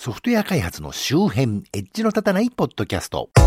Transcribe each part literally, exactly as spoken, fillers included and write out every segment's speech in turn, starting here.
ソフトウェア開発の周辺、エッジの立たないポッドキャスト。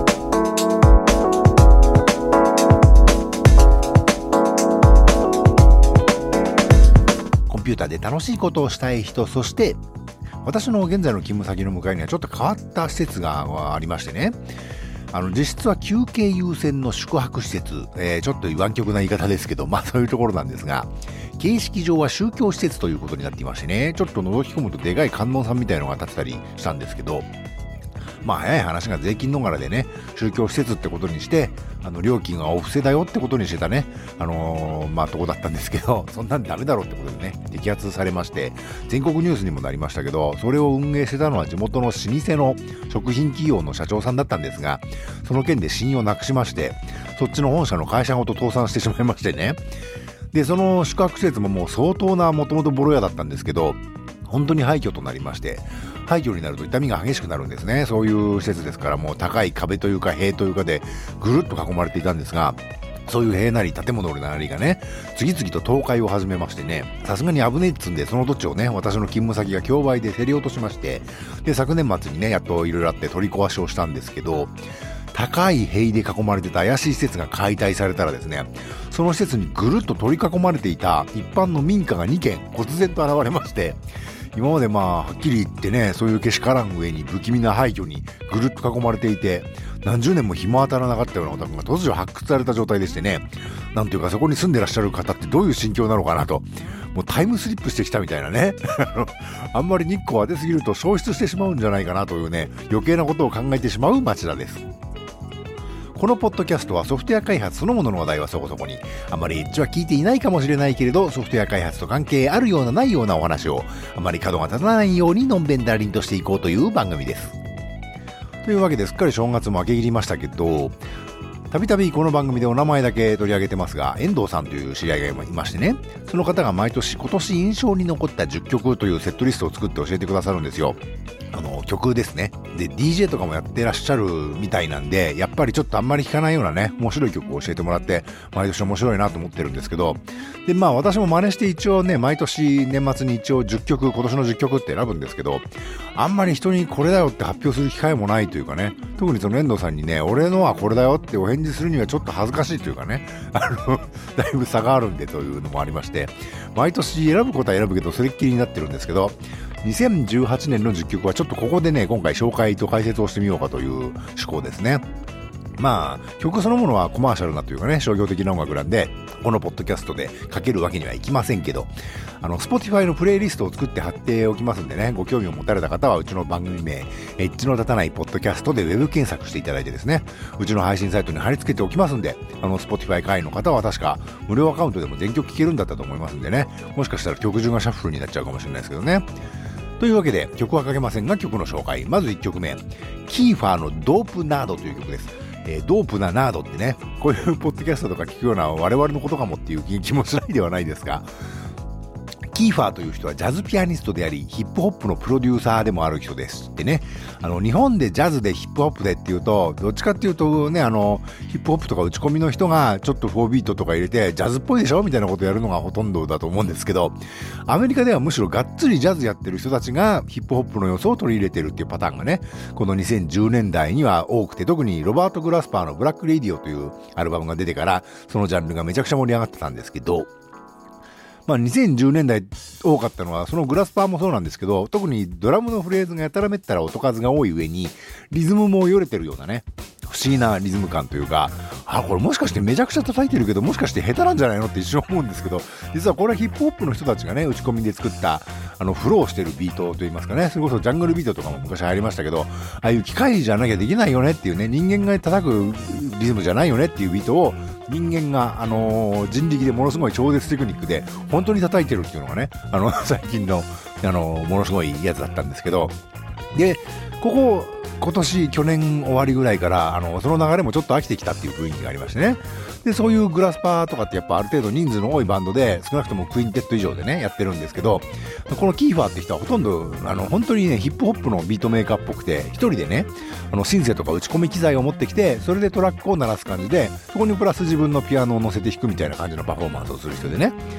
コンピューターで楽しいことをしたい人、そして私の現在の勤務先の向かいにはちょっと変わった施設がありましてね、あの実質は休憩優先の宿泊施設、えー、ちょっと湾曲な言い方ですけど、まあそういうところなんですが、形式上は宗教施設ということになっていましてね、ちょっと覗き込むとでかい観音さんみたいなのが立ってたりしたんですけど、まあ早い話が税金逃れでね、宗教施設ってことにして、あの料金はお布施だよってことにしてたね、あのー、まあとこだったんですけど、そんなんダメだろうってことでね、摘発されまして、全国ニュースにもなりましたけど、それを運営してたのは地元の老舗の食品企業の社長さんだったんですが、その件で信用をなくしまして、そっちの本社の会社ごと倒産してしまいましてね。で、その宿泊施設ももう相当なもともとボロ屋だったんですけど、本当に廃墟となりまして、廃墟になると痛みが激しくなるんですね。そういう施設ですから、もう高い壁というか塀というかでぐるっと囲まれていたんですが、そういう塀なり建物なりがね、次々と倒壊を始めましてね、さすがに危ねえっつんで、その土地をね、私の勤務先が競売で競り落としまして、で昨年末にね、やっといろいろあって取り壊しをしたんですけど、高い塀で囲まれてた怪しい施設が解体されたらですね、その施設にぐるっと取り囲まれていた一般の民家がにけん忽然と現れまして、今までまあはっきり言ってね、そういうけしからん上に不気味な廃墟にぐるっと囲まれていて、何十年も日も当たらなかったようなお宅が突如発掘された状態でしてね、なんていうかそこに住んでらっしゃる方ってどういう心境なのかなと、もうタイムスリップしてきたみたいなねあんまり日光を当てすぎると消失してしまうんじゃないかなというね、余計なことを考えてしまう町田です。このポッドキャストはソフトウェア開発そのものの話題はそこそこに、あまりエッジは聞いていないかもしれないけれど、ソフトウェア開発と関係あるようなないようなお話をあまり角が立たないようにのんべんだりんとしていこうという番組です。というわけですっかり正月も明け切りましたけど、たびたびこの番組でお名前だけ取り上げてますが、遠藤さんという知り合いがいましてね、その方が毎年今年印象に残ったじゅっきょくというセットリストを作って教えてくださるんですよ。あの曲ですね。で ディージェー とかもやってらっしゃるみたいなんで、やっぱりちょっとあんまり聴かないようなね、面白い曲を教えてもらって毎年面白いなと思ってるんですけど、でまあ私も真似して一応ね、毎年年末に一応じゅっきょく、今年のじゅっきょくって選ぶんですけど、あんまり人にこれだよって発表する機会もないというかね、特にその遠藤さんにね、俺のはこれだよってお返事するにはちょっと恥ずかしいというかね、あのだいぶ差があるんでというのもありまして、毎年選ぶことは選ぶけどそれっきりになってるんですけど、にせんじゅうはちねんのじゅっきょくはちょっとここでね、今回紹介と解説をしてみようかという趣向ですね。まあ曲そのものはコマーシャルなというかね、商業的な音楽なんで、このポッドキャストでかけるわけにはいきませんけど、あの Spotify のプレイリストを作って貼っておきますんでね、ご興味を持たれた方はうちの番組名エッジの立たないポッドキャストでウェブ検索していただいてですね、うちの配信サイトに貼り付けておきますんで、あの Spotify 会員の方は確か無料アカウントでも全曲聴けるんだったと思いますんでね、もしかしたら曲順がシャッフルになっちゃうかもしれないですけどね。というわけで曲はかけませんが、曲の紹介。まずいっきょくめ、キーファーのドープナードという曲です。えー、ドープなナードってね、こういうポッドキャストとか聞くような我々のことかもっていう気もしないではないですが、キーファーという人はジャズピアニストであり、ヒップホップのプロデューサーでもある人ですってね。あの日本でジャズでヒップホップでっていうと、どっちかっていうとね、あのヒップホップとか打ち込みの人がちょっとフォービートとか入れてジャズっぽいでしょみたいなことやるのがほとんどだと思うんですけど、アメリカではむしろがっつりジャズやってる人たちがヒップホップの要素を取り入れてるっていうパターンがね、このにせんじゅうねんだいには多くて、特にロバート・グラスパーのブラック・レディオというアルバムが出てからそのジャンルがめちゃくちゃ盛り上がってたんですけど、まあにせんじゅうねんだい多かったのはそのグラスパーもそうなんですけど、特にドラムのフレーズがやたらめったら音数が多い上にリズムもよれてるようなね、不思議なリズム感というか、あ、これもしかしてめちゃくちゃ叩いてるけどもしかして下手なんじゃないのって一瞬思うんですけど、実はこれはヒップホップの人たちがね、打ち込みで作ったあのフローしてるビートといいますかね、それこそジャングルビートとかも昔流行りましたけど、ああいう機械じゃなきゃできないよねっていうね、人間が叩くリズムじゃないよねっていうビートを人間が、あのー、人力でものすごい超絶テクニックで本当に叩いてるっていうのがね、あの最近の、あのー、ものすごいやつだったんですけど、でここ今年去年終わりぐらいからあのその流れもちょっと飽きてきたっていう雰囲気がありましてね。でそういうグラスパーとかってやっぱある程度人数の多いバンドで少なくともクインテット以上でねやってるんですけど、このキーファーって人はほとんどあの本当にねヒップホップのビートメーカーっぽくて、一人でねあのシンセとか打ち込み機材を持ってきて、それでトラックを鳴らす感じで、そこにプラス自分のピアノを乗せて弾くみたいな感じのパフォーマンスをする人でね。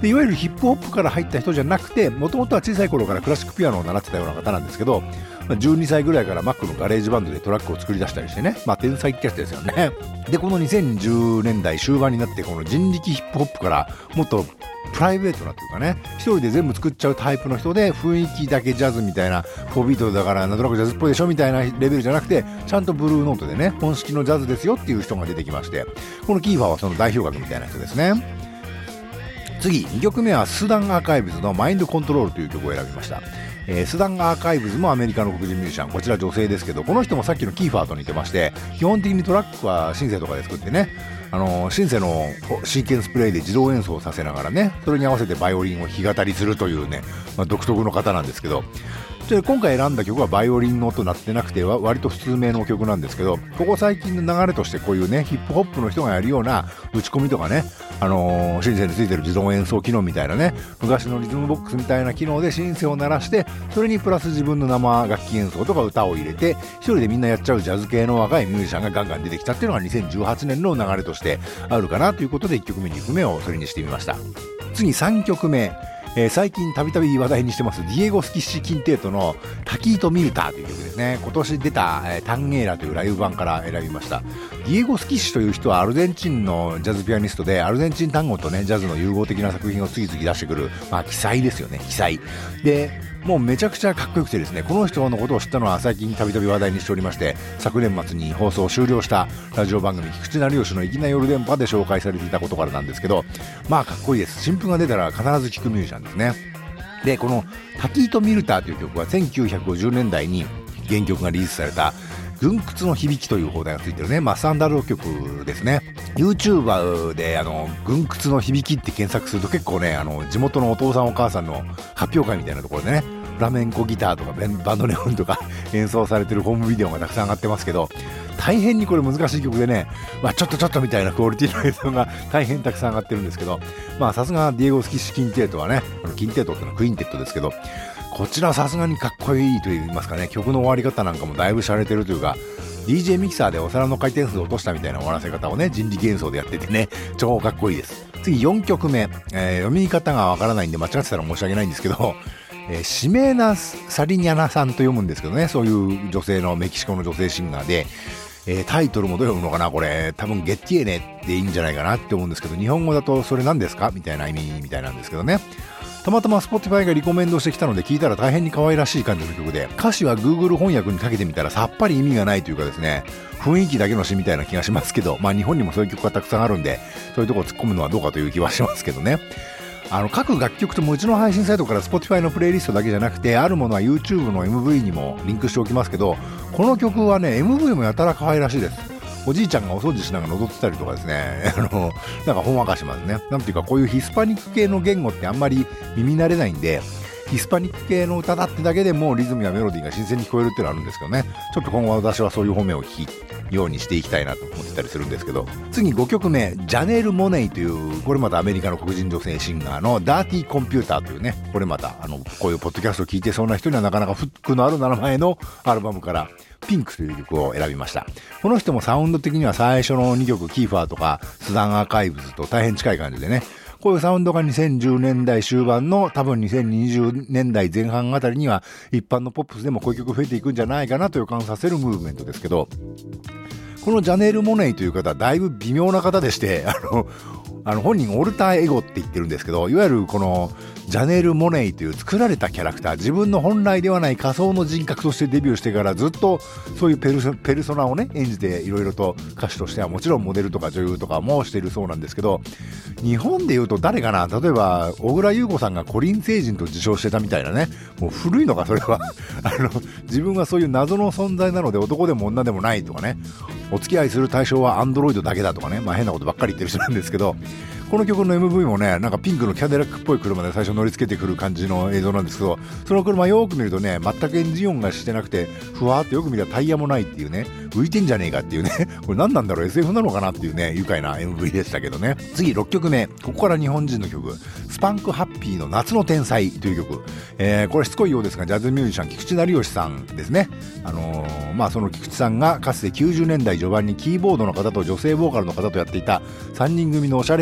でいわゆるヒップホップから入った人じゃなくて、もともとは小さい頃からクラシックピアノを習ってたような方なんですけど、じゅうにさいぐらいからマックのガレージバンドでトラックを作り出したりしてね、まあ天才ってやつですよね。でこのにせんじゅうねんだい終盤になって、この人力ヒップホップからもっとプライベートなというかね、一人で全部作っちゃうタイプの人で、雰囲気だけジャズみたいな、フォービートだからなんとなくジャズっぽいでしょみたいなレベルじゃなくて、ちゃんとブルーノートでね、本式のジャズですよっていう人が出てきまして、このキーファーはその代表格みたいな人ですね。次にきょくめはスダンアーカイブズのマインドコントロールという曲を選びました。えー、スダンアーカイブズもアメリカの黒人ミュージシャン、こちら女性ですけど、この人もさっきのキーファーと似てまして、基本的にトラックはシンセとかで作ってね、あのー、シンセのシーケンスプレイで自動演奏させながらね、それに合わせてバイオリンを弾き語りするというね、まあ、独特の方なんですけど、で今回選んだ曲はバイオリンの音になってなくて、割と普通名の曲なんですけど、ここ最近の流れとしてこういうね、ヒップホップの人がやるような打ち込みとかね、あのー、シンセについてる自動演奏機能みたいなね、昔のリズムボックスみたいな機能でシンセを鳴らして、それにプラス自分の生楽器演奏とか歌を入れて、一人でみんなやっちゃうジャズ系の若いミュージシャンがガンガン出てきたっていうのがにせんじゅうはちねんの流れとしてあるかなということで、いっきょくめにきょくめをそれにしてみました。次さんきょくめ、えー、最近たびたび話題にしてますディエゴ・スキッシ・キンテートのタキート・ミルターという曲ですね。今年出た、えー、タンゲーラというライブ版から選びました。ディエゴ・スキッシという人はアルゼンチンのジャズピアニストで、アルゼンチン単語とねジャズの融合的な作品を次々出してくる、まあ奇才ですよね。奇才でもうめちゃくちゃかっこよくてですね、この人のことを知ったのは最近たびたび話題にしておりまして、昨年末に放送終了したラジオ番組菊池成吉の粋な夜電波で紹介されていたことからなんですけど、まあかっこいいです。新譜が出たら必ず聴くミュージシャンですね。でこのタキート・ミルターという曲はせんきゅうひゃくごじゅうねんだいに原曲がリリースされた軍屈の響きという放題がついてるね、まあ、スタンダード曲ですね。 YouTuber であの軍屈の響きって検索すると結構ね、あの地元のお父さんお母さんの発表会みたいなところでね、フラメンコギターとかバンドネオンとか演奏されてるホームビデオがたくさん上がってますけど、大変にこれ難しい曲でね、まあ、ちょっとちょっとみたいなクオリティの映像が大変たくさん上がってるんですけど、まあさすがディエゴ・スキッシュ・キンテートはね、このキンテートってのはクインテットですけど、こちらさすがにかっこいいと言いますかね、曲の終わり方なんかもだいぶ洒落てるというか、 ディージェー ミキサーでお皿の回転数を落としたみたいな終わらせ方をね、人力演奏でやっててね、超かっこいいです。次よんきょくめ、えー、読み方がわからないんで間違ってたら申し訳ないんですけど、えー、シメーナ・サリニャナさんと読むんですけどね、そういう女性のメキシコの女性シンガーで、えー、タイトルもどう読むのかな、これ多分ゲッティエネでいいんじゃないかなって思うんですけど、日本語だとそれ何ですかみたいな意味みたいなんですけどね。たまたま Spotify がリコメンドしてきたので聞いたら大変に可愛らしい感じの曲で、歌詞は Google 翻訳にかけてみたらさっぱり意味がないというかですね、雰囲気だけの詩みたいな気がしますけど、まあ日本にもそういう曲がたくさんあるんで、そういうところ突っ込むのはどうかという気はしますけどね。あの各楽曲ともうちの配信サイトから Spotify のプレイリストだけじゃなくて、あるものは YouTube の エムブイ にもリンクしておきますけど、この曲はね エムブイ もやたら可愛らしいです。おじいちゃんがお掃除しながら踊ってたりとかですね、あのなんかほんわかしますね。なんていうか、こういうヒスパニック系の言語ってあんまり耳慣れないんで、ヒスパニック系の歌だってだけでもリズムやメロディーが新鮮に聞こえるっていうのはあるんですけどね、ちょっと今後私はそういう方面を聞くようにしていきたいなと思ってたりするんですけど、次ごきょくめ、ジャネル・モネイという、これまたアメリカの黒人女性シンガーのダーティー・コンピューターというね、これまたあのこういうポッドキャストを聞いてそうな人にはなかなかフックのある名前のアルバムからピンクという曲を選びました。この人もサウンド的には最初のにきょく、キーファーとかスダンアーカイブズと大変近い感じでね、こういうサウンドがにせんじゅうねんだい終盤の多分にせんにじゅうねんだいぜん半あたりには一般のポップスでもこういう曲増えていくんじゃないかなと予感させるムーブメントですけど、このジャネール・モネイという方はだいぶ微妙な方でして、あのあの本人オルターエゴって言ってるんですけど、いわゆるこのジャネール・モネイという作られたキャラクター、自分の本来ではない仮想の人格としてデビューしてからずっとそういうペルソ、ペルソナをね演じて、いろいろと歌手としてはもちろんモデルとか女優とかもしているそうなんですけど、日本でいうと誰かな、例えば小倉優子さんがコリン星人と自称してたみたいなね、もう古いのかそれはあの自分はそういう謎の存在なので男でも女でもないとかね、お付き合いする対象はアンドロイドだけだとかね、まあ変なことばっかり言ってる人なんですけど、この曲の エムブイ もね、なんかピンクのキャデラックっぽい車で最初乗り付けてくる感じの映像なんですけど、その車よく見るとね、全くエンジン音がしてなくて、ふわーってよく見たらタイヤもないっていうね、浮いてんじゃねえかっていうね、これ何なんだろう エスエフ なのかなっていうね、愉快な エムブイ でしたけどね。次ろっきょくめ、ここから日本人の曲、スパンクハッピーの夏の天才という曲、えー、これしつこいようですがジャズミュージシャン菊池成吉さんですね。あのー、まあその菊池さんがかつてきゅうじゅうねんだい序盤にキーボードの方と女性ボーカルの方とやっていたさんにん組のおしゃれポップスユ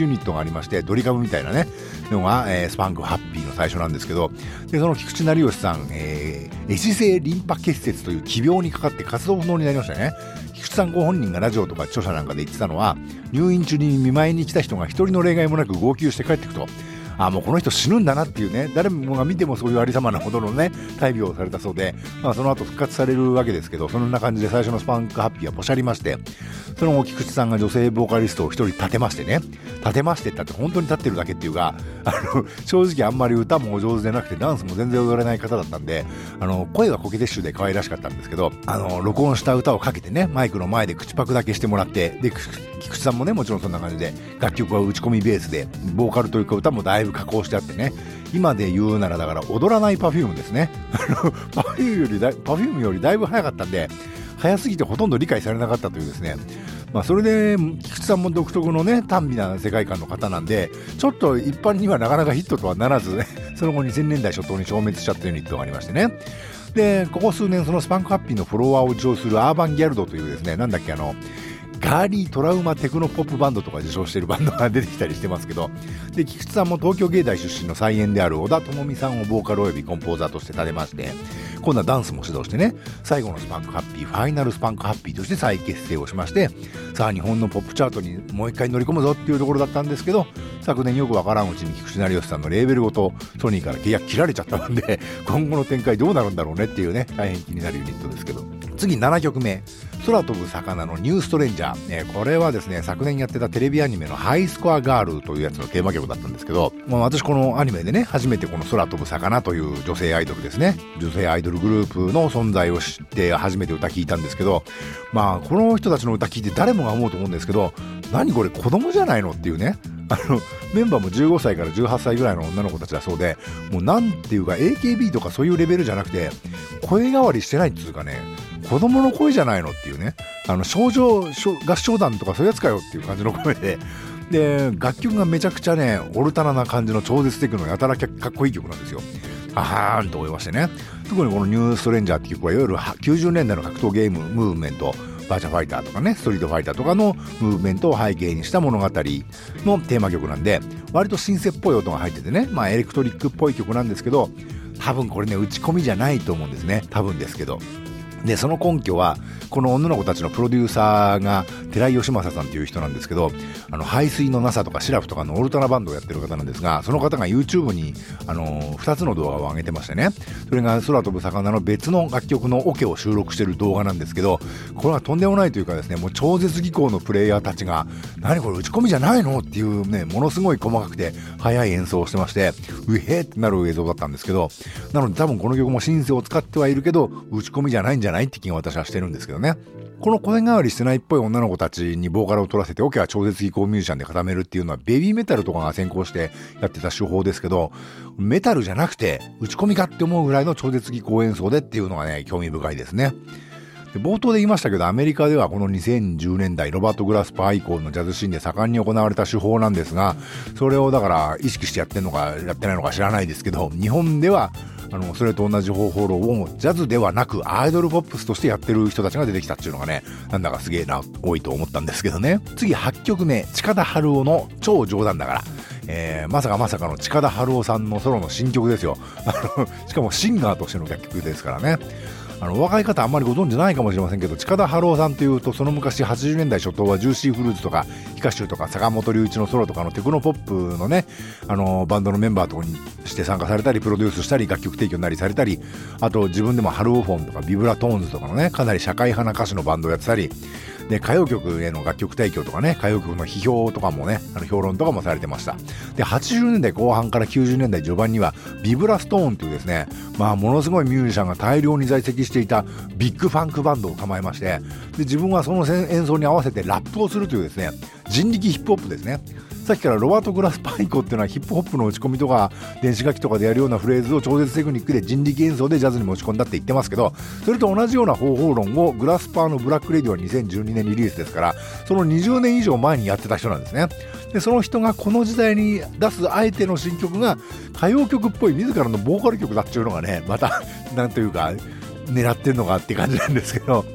ユニットがありまして、ドリカムみたいなねのが、えー、スパンクハッピーの最初なんですけど、でその菊池成吉さん、えー、壊死性リンパ結節という奇病にかかって活動不能になりましたね。菊池さんご本人がラジオとか著者なんかで言ってたのは、入院中に見舞いに来た人が一人の例外もなく号泣して帰っていくと、あ、もうこの人死ぬんだなっていうね、誰もが見てもそういうありさまなほどのね大病をされたそうで、まあ、その後復活されるわけですけど、そんな感じで最初のスパンクハッピーはポシャりまして、その後菊池さんが女性ボーカリストを一人立てましてね、立てましてって本当に立ってるだけっていうか、あの正直あんまり歌もお上手でなくてダンスも全然踊れない方だったんで、あの声はコケティッシュで可愛らしかったんですけど、あの録音した歌をかけてねマイクの前で口パクだけしてもらって、で菊池さんもねもちろんそんな感じで楽曲は打ち込みベースで、ボーカルというか歌もだいぶ加工してあってね、今で言うならだから踊らない Perfume ですね。パフュームよりだ Perfume よりだいぶ早かったんで、早すぎてほとんど理解されなかったというですね、まあ、それで菊池さんも独特のね短美な世界観の方なんで、ちょっと一般にはなかなかヒットとはならず、ね、その後にせんねんだい初頭に消滅しちゃったユニットがありましてね。でここ数年そのスパンクハッピーのフォロワーを受賞するアーバンギャルドというですね、なんだっけ、あのガーリートラウマテクノポップバンドとか受賞しているバンドが出てきたりしてますけど、で菊池さんも東京芸大出身の再演である小田智美さんをボーカルおよびコンポーザーとして立てまして、今度はダンスも指導してね、最後のスパンクハッピーファイナルスパンクハッピーとして再結成をしまして、さあ日本のポップチャートにもう一回乗り込むぞっていうところだったんですけど、昨年よくわからんうちに菊池成吉さんのレーベルごとソニーから契約切られちゃったもんで、今後の展開どうなるんだろうねっていうね、大変気になるユニットですけど、次ななきょくめ、空飛ぶ魚のニューストレンジャー、えー、これはですね昨年やってたテレビアニメのハイスコアガールというやつのテーマ曲だったんですけど、まあ、私このアニメでね初めてこの空飛ぶ魚という女性アイドルですね、女性アイドルグループの存在を知って初めて歌聴いたんですけど、まあこの人たちの歌聴いて誰もが思うと思うんですけど、何これ子供じゃないのっていうね、あのメンバーもじゅうごさいからじゅうはっさいぐらいの女の子たちだそうで、もうなんていうか エーケービー とかそういうレベルじゃなくて、声変わりしてないっていうかね、子供の声じゃないのっていうね、あの少女合唱団とかそういうやつかよっていう感じの声で、で楽曲がめちゃくちゃねオルタナな感じの超絶テクのやたらかっこいい曲なんですよ。あはーんと思いましてね。特にこのニューストレンジャーって曲はいわゆるきゅうじゅうねんだいの格闘ゲームムーブメント、バーチャファイターとかねストリートファイターとかのムーブメントを背景にした物語のテーマ曲なんで、割とシンセっぽい音が入っててね、まあエレクトリックっぽい曲なんですけど、多分これね打ち込みじゃないと思うんですね、多分ですけど。でその根拠はこの女の子たちのプロデューサーが寺井義正さんという人なんですけど、あの排水の ナサ とかシラフとかのオルタナバンドをやってる方なんですが、その方が YouTube にあのふたつの動画を上げてましてね、それが空飛ぶ魚の別の楽曲のオケを収録してる動画なんですけど、これはとんでもないというかですね、もう超絶技巧のプレイヤーたちが何これ打ち込みじゃないのっていうね、ものすごい細かくて速い演奏をしてまして、うへーってなる映像だったんですけど、なので多分この曲もシンセを使ってはいるけど打ち込みじゃないんじゃないって気が私はしてるんですけどね。この声変わりしてないっぽい女の子たちにボーカルを取らせてオケは超絶技巧ミュージシャンで固めるっていうのはベビーメタルとかが先行してやってた手法ですけど、メタルじゃなくて打ち込みかって思うぐらいの超絶技巧演奏でっていうのがね興味深いですね。で冒頭で言いましたけど、アメリカではこのにせんじゅうねんだいロバート・グラスパー以降のジャズシーンで盛んに行われた手法なんですが、それをだから意識してやってんのかやってないのか知らないですけど、日本ではあのそれと同じ方法論をジャズではなくアイドルポップスとしてやってる人たちが出てきたっていうのがね、なんだかすげえな多いと思ったんですけどね。次はちきょくめ、近田春夫の超冗談だから、えー、まさかまさかの近田春夫さんのソロの新曲ですよ。あのしかもシンガーとしての楽曲ですからね。あの若い方あんまりご存知ないかもしれませんけど、近田春夫さんというとその昔はちじゅうねんだい初頭はジューシーフルーツとかヒカシューとか坂本龍一のソロとかのテクノポップのね、あのバンドのメンバーとかにして参加されたりプロデュースしたり楽曲提供なりされたり、あと自分でもハルオフォンとかビブラトーンズとかのねかなり社会派な歌手のバンドをやってたりで、歌謡曲への楽曲提供とかね、歌謡曲の批評とかもね、あの評論とかもされてました。ではちじゅうねんだいこう半からきゅうじゅうねんだい序盤にはビブラストーンというですね、まあものすごいミュージシャンが大量に在籍していたビッグファンクバンドを構えまして、で自分はその演奏に合わせてラップをするというですね、人力ヒップホップですね。さっきからロバート・グラスパー以降っていうのはヒップホップの打ち込みとか電子楽器とかでやるようなフレーズを超絶テクニックで人力演奏でジャズに持ち込んだって言ってますけど、それと同じような方法論をグラスパーのブラックレディはにせんじゅうにねんリリースですから、そのにじゅうねん以上前にやってた人なんですね。でその人がこの時代に出すあえての新曲が歌謡曲っぽい自らのボーカル曲だっていうのがね、またなんというか狙ってんのかって感じなんですけど、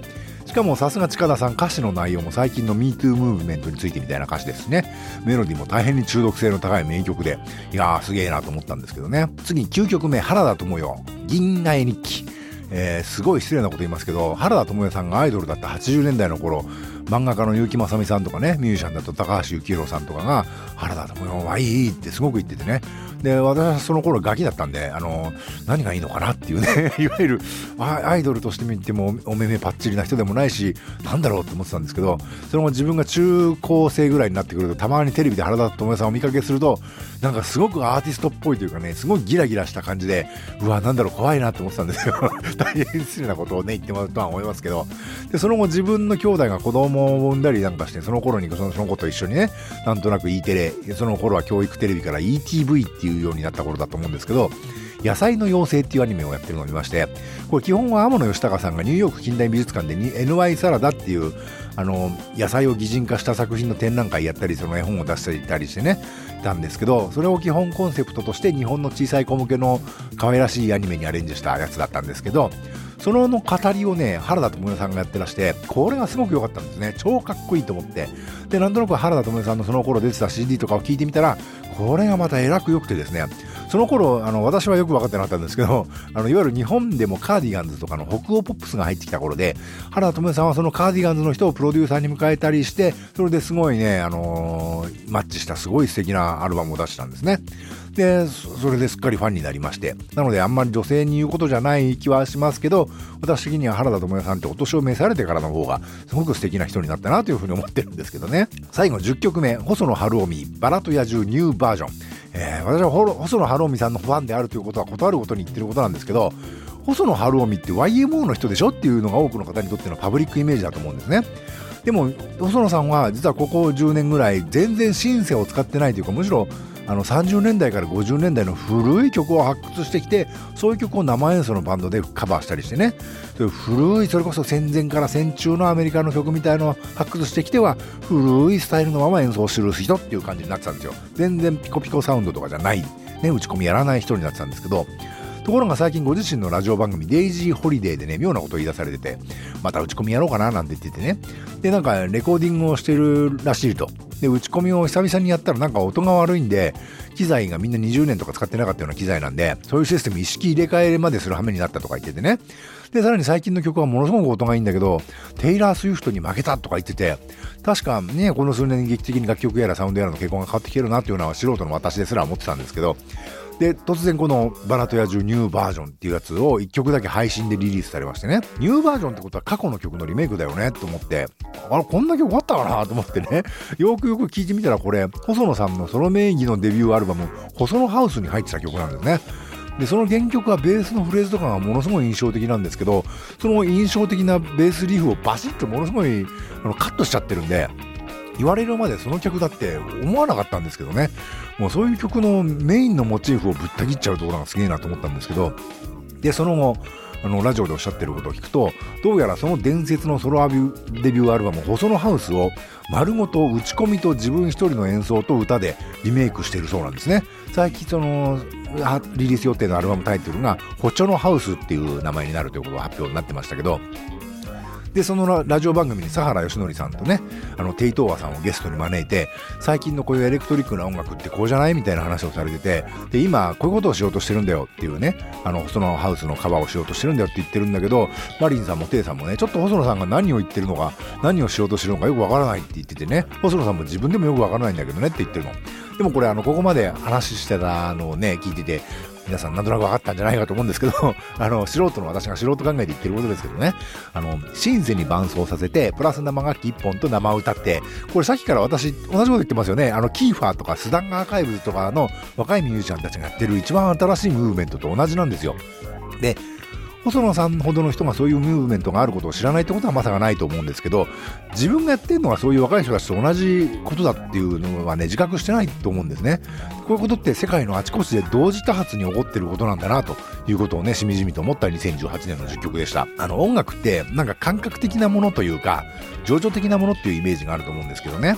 しかもさすが近田さん、歌詞の内容も最近の ミートゥー ムーブメントについてみたいな歌詞ですね。メロディーも大変に中毒性の高い名曲で、いやーすげーなと思ったんですけどね。次きゅうきょくめ、原田知世、銀河絵日記。えー、すごい失礼なこと言いますけど、原田知世さんがアイドルだったはちじゅうねんだいの頃、漫画家の結城正美さんとかね、ミュージシャンだと高橋幸宏さんとかが原田知世はいいってすごく言っててね。で、私はその頃ガキだったんで、あの何がいいのかなっていうねいわゆるアイドルとして見てもお目目パッチリな人でもないし、なんだろうって思ってたんですけど、その後自分が中高生ぐらいになってくると、たまにテレビで原田知世さんをお見かけすると、なんかすごくアーティストっぽいというかね、すごいギラギラした感じで、うわなんだろう怖いなって思ってたんですよ大変失礼なことをね言ってもらうとは思いますけど、でその後自分の兄弟が子供を産んだりなんかして、その頃にその、その子と一緒にね、なんとなく E テレ、その頃は教育テレビから イーティーブイ っていうようになった頃だと思うんですけど、野菜の妖精っていうアニメをやってるのを見まして、これ基本は天野義高さんがニューヨーク近代美術館で エヌワイ サラダっていうあの野菜を擬人化した作品の展覧会やったり、その絵本を出していたりしてねたんですけど、それを基本コンセプトとして日本の小さい子向けの可愛らしいアニメにアレンジしたやつだったんですけど、そのの語りをね原田知世さんがやってらして、これがすごく良かったんですね。超かっこいいと思って、でなんとなく原田知世さんのその頃出てた シーディー とかを聞いてみたら、これがまたえらく良くてですね、その頃あの私はよく分かってなかったんですけど、あのいわゆる日本でもカーディガンズとかの北欧ポップスが入ってきた頃で、原田知世さんはそのカーディガンズの人をプロデューサーに迎えたりして、それですごいね、あのー、マッチしたすごい素敵なアルバムを出したんですね。でそれですっかりファンになりまして、なのであんまり女性に言うことじゃない気はしますけど、私的には原田知世さんってお年を召されてからの方がすごく素敵な人になったなというふうに思ってるんですけどね。最後じゅっきょくめ、細野晴臣、バラと野獣ニューバージョン。えー、私は細野晴臣さんのファンであるということは断るごとに言ってることなんですけど、細野晴臣って ワイエムオー の人でしょっていうのが多くの方にとってのパブリックイメージだと思うんですね。でも細野さんは実はここじゅうねんぐらい全然シンセを使ってないというか、むしろあのさんじゅうねんだいからごじゅうねんだいの古い曲を発掘してきて、そういう曲を生演奏のバンドでカバーしたりしてね、そういう古い、それこそ戦前から戦中のアメリカの曲みたいのを発掘してきては、古いスタイルのまま演奏する人っていう感じになってたんですよ。全然ピコピコサウンドとかじゃない、ね、打ち込みやらない人になってたんですけど、ところが最近ご自身のラジオ番組デイジーホリデーでね、妙なことを言い出されてて、また打ち込みやろうかななんて言っててね、でなんかレコーディングをしてるらしいと。で打ち込みを久々にやったらなんか音が悪いんで、機材がみんなにじゅうねんとか使ってなかったような機材なんで、そういうシステム一式入れ替えまでする羽目になったとか言っててね。でさらに最近の曲はものすごく音がいいんだけど、テイラー・スウィフトに負けたとか言ってて、確かねこの数年劇的に楽曲やらサウンドやらの傾向が変わってきてるなっていうのは素人の私ですら思ってたんですけど、で突然このバラと野獣ニューバージョンっていうやつをいっきょくだけ配信でリリースされましてね、ニューバージョンってことは過去の曲のリメイクだよねと思って、あれこんな曲あったかなと思ってね、よくよく聞いてみたら、これ細野さんのソロ名義のデビューアルバム細野ハウスに入ってた曲なんですね。でその原曲はベースのフレーズとかがものすごい印象的なんですけど、その印象的なベースリフをバシッとものすごいあのカットしちゃってるんで、言われるまでその曲だって思わなかったんですけどね、もうそういう曲のメインのモチーフをぶった切っちゃうところがすげえなと思ったんですけど、でその後あのラジオでおっしゃってることを聞くと、どうやらその伝説のソロデビューアルバム細野ハウスを丸ごと打ち込みと自分一人の演奏と歌でリメイクしているそうなんですね。最近そのリリース予定のアルバムタイトルがホチョノハウスっていう名前になるということが発表になってましたけど、でそのラジオ番組に佐原義則さんとね、あのテイトーワさんをゲストに招いて、最近のこういうエレクトリックな音楽ってこうじゃないみたいな話をされてて、で今こういうことをしようとしてるんだよっていうね、あの細野ハウスのカバーをしようとしてるんだよって言ってるんだけど、マリンさんもテイさんもね、ちょっと細野さんが何を言ってるのか、何をしようとしてるのかよくわからないって言っててね、細野さんも自分でもよくわからないんだけどねって言ってるの。でもこれあのここまで話してたのをね聞いてて、皆さんなんとなく分かったんじゃないかと思うんですけどあの素人の私が素人考えで言ってることですけどね、あのシンセに伴奏させてプラス生楽器いっぽんと生歌って、これさっきから私同じこと言ってますよね。あのキーファーとかスダンアーカイブズとかの若いミュージシャンたちがやってる一番新しいムーブメントと同じなんですよ。で細野さんほどの人がそういうムーブメントがあることを知らないってことはまさかないと思うんですけど、自分がやってるのはそういう若い人たちと同じことだっていうのはね自覚してないと思うんですね。こういうことって世界のあちこちで同時多発に起こってることなんだなということをねしみじみと思ったにせんじゅうはちねんのじゅっきょくでした。あの音楽ってなんか感覚的なものというか情緒的なものっていうイメージがあると思うんですけどね、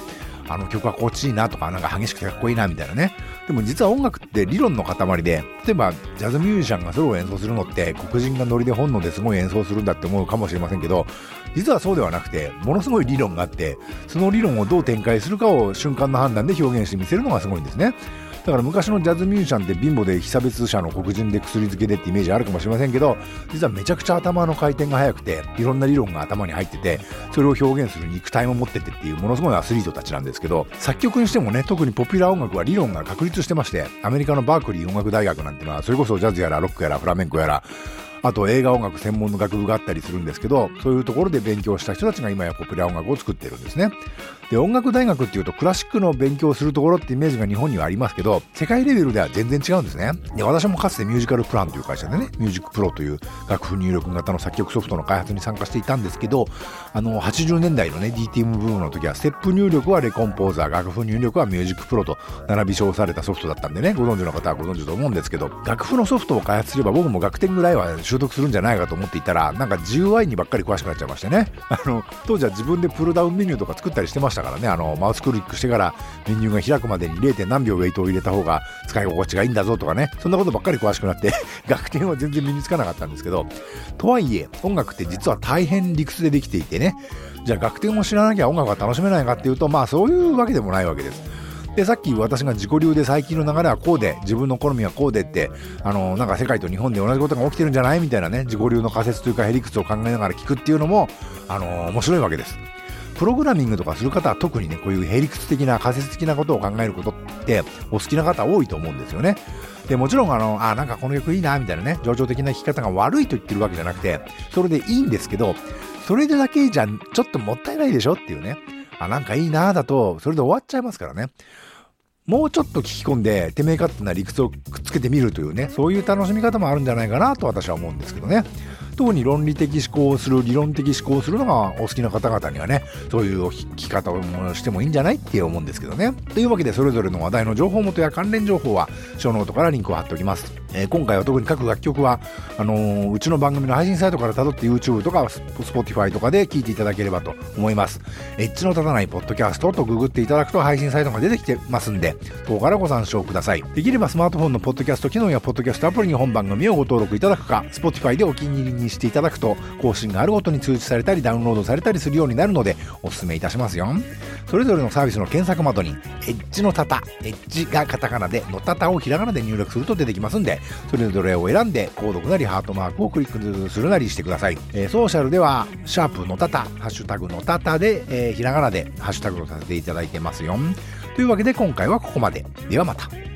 あの曲は心地いいなとか、なんか激しくてかっこいいなみたいなね。でも実は音楽って理論の塊で、例えばジャズミュージシャンがそれを演奏するのって黒人がノリで本能ですごい演奏するんだって思うかもしれませんけど、実はそうではなくて、ものすごい理論があって、その理論をどう展開するかを瞬間の判断で表現してみせるのがすごいんですね。だから昔のジャズミュージシャンって貧乏で被差別者の黒人で薬漬けでってイメージあるかもしれませんけど、実はめちゃくちゃ頭の回転が速くて、いろんな理論が頭に入ってて、それを表現する肉体も持っててっていうものすごいアスリートたちなんですけど、作曲にしてもね、特にポピュラー音楽は理論が確立してまして、アメリカのバークリー音楽大学なんてのはそれこそジャズやらロックやらフラメンコやら、あと映画音楽専門の学部があったりするんですけど、そういうところで勉強した人たちが今やポピュラー音楽を作ってるんですね。で、音楽大学っていうとクラシックの勉強するところってイメージが日本にはありますけど、世界レベルでは全然違うんですね。で、私もかつてミュージカルプランという会社でね、ミュージックプロという楽譜入力型の作曲ソフトの開発に参加していたんですけど、あのはちじゅうねんだいのね ディーティーエム ブームの時はステップ入力はレコンポーザー、楽譜入力はミュージックプロと並び称されたソフトだったんでね、ご存知の方はご存知と思うんですけど、楽譜のソフトを開発すれば僕も楽天ぐらいは習得するんじゃないかと思っていたら、なんか ジーユーアイ にばっかり詳しくなっちゃいましてね。あの当時は自分でプルダウンメニューとか作ったりしてましたからね。あのマウスクリックしてからメニューが開くまでに ゼロ. 何秒ウェイトを入れた方が使い心地がいいんだぞとかね、そんなことばっかり詳しくなって楽天は全然身につかなかったんですけど、とはいえ音楽って実は大変理屈でできていてね、じゃあ楽天を知らなきゃ音楽が楽しめないかっていうと、まあそういうわけでもないわけです。で、さっき私が自己流で最近の流れはこうで、自分の好みはこうでって、あのなんか世界と日本で同じことが起きてるんじゃないみたいなね、自己流の仮説というかへりくつを考えながら聞くっていうのもあの面白いわけです。プログラミングとかする方は特にね、こういうへりくつ的な仮説的なことを考えることってお好きな方多いと思うんですよね。で、もちろんあのあなんかこの曲いいなみたいなね、情緒的な弾き方が悪いと言ってるわけじゃなくて、それでいいんですけど、それでだけじゃちょっともったいないでしょっていうね、あなんかいいなだとそれで終わっちゃいますからね。もうちょっと聞き込んでてめえ勝手な理屈をくっつけてみるというね、そういう楽しみ方もあるんじゃないかなと私は思うんですけどね。特に論理的思考をする、理論的思考をするのがお好きな方々にはね、そういう聞き方をしてもいいんじゃないって思うんですけどね。というわけで、それぞれの話題の情報元や関連情報はショーノートからリンクを貼っておきます。えー、今回は特に各楽曲はあのー、うちの番組の配信サイトから辿って YouTube とか Spotify とかで聞いていただければと思います。エッジの立たないポッドキャストとググっていただくと配信サイトが出てきてますんで、ここからご参照ください。できればスマートフォンのポッドキャスト機能やポッドキャストアプリに本番組をご登録いただくか、 Spotify でお気に入りにしていただくと更新があるごとに通知されたりダウンロードされたりするようになるのでお勧めいたしますよ。それぞれのサービスの検索窓にエッジのタタ、エッジがカタカナでのタタをひらがなで入力すると出てきますんで、それぞれを選んで購読なりハートマークをクリックするなりしてください。えー、ソーシャルではシャープのタタ、ハッシュタグのタタで、えー、ひらがなでハッシュタグをさせていただいてますよ。というわけで今回はここまで。ではまた。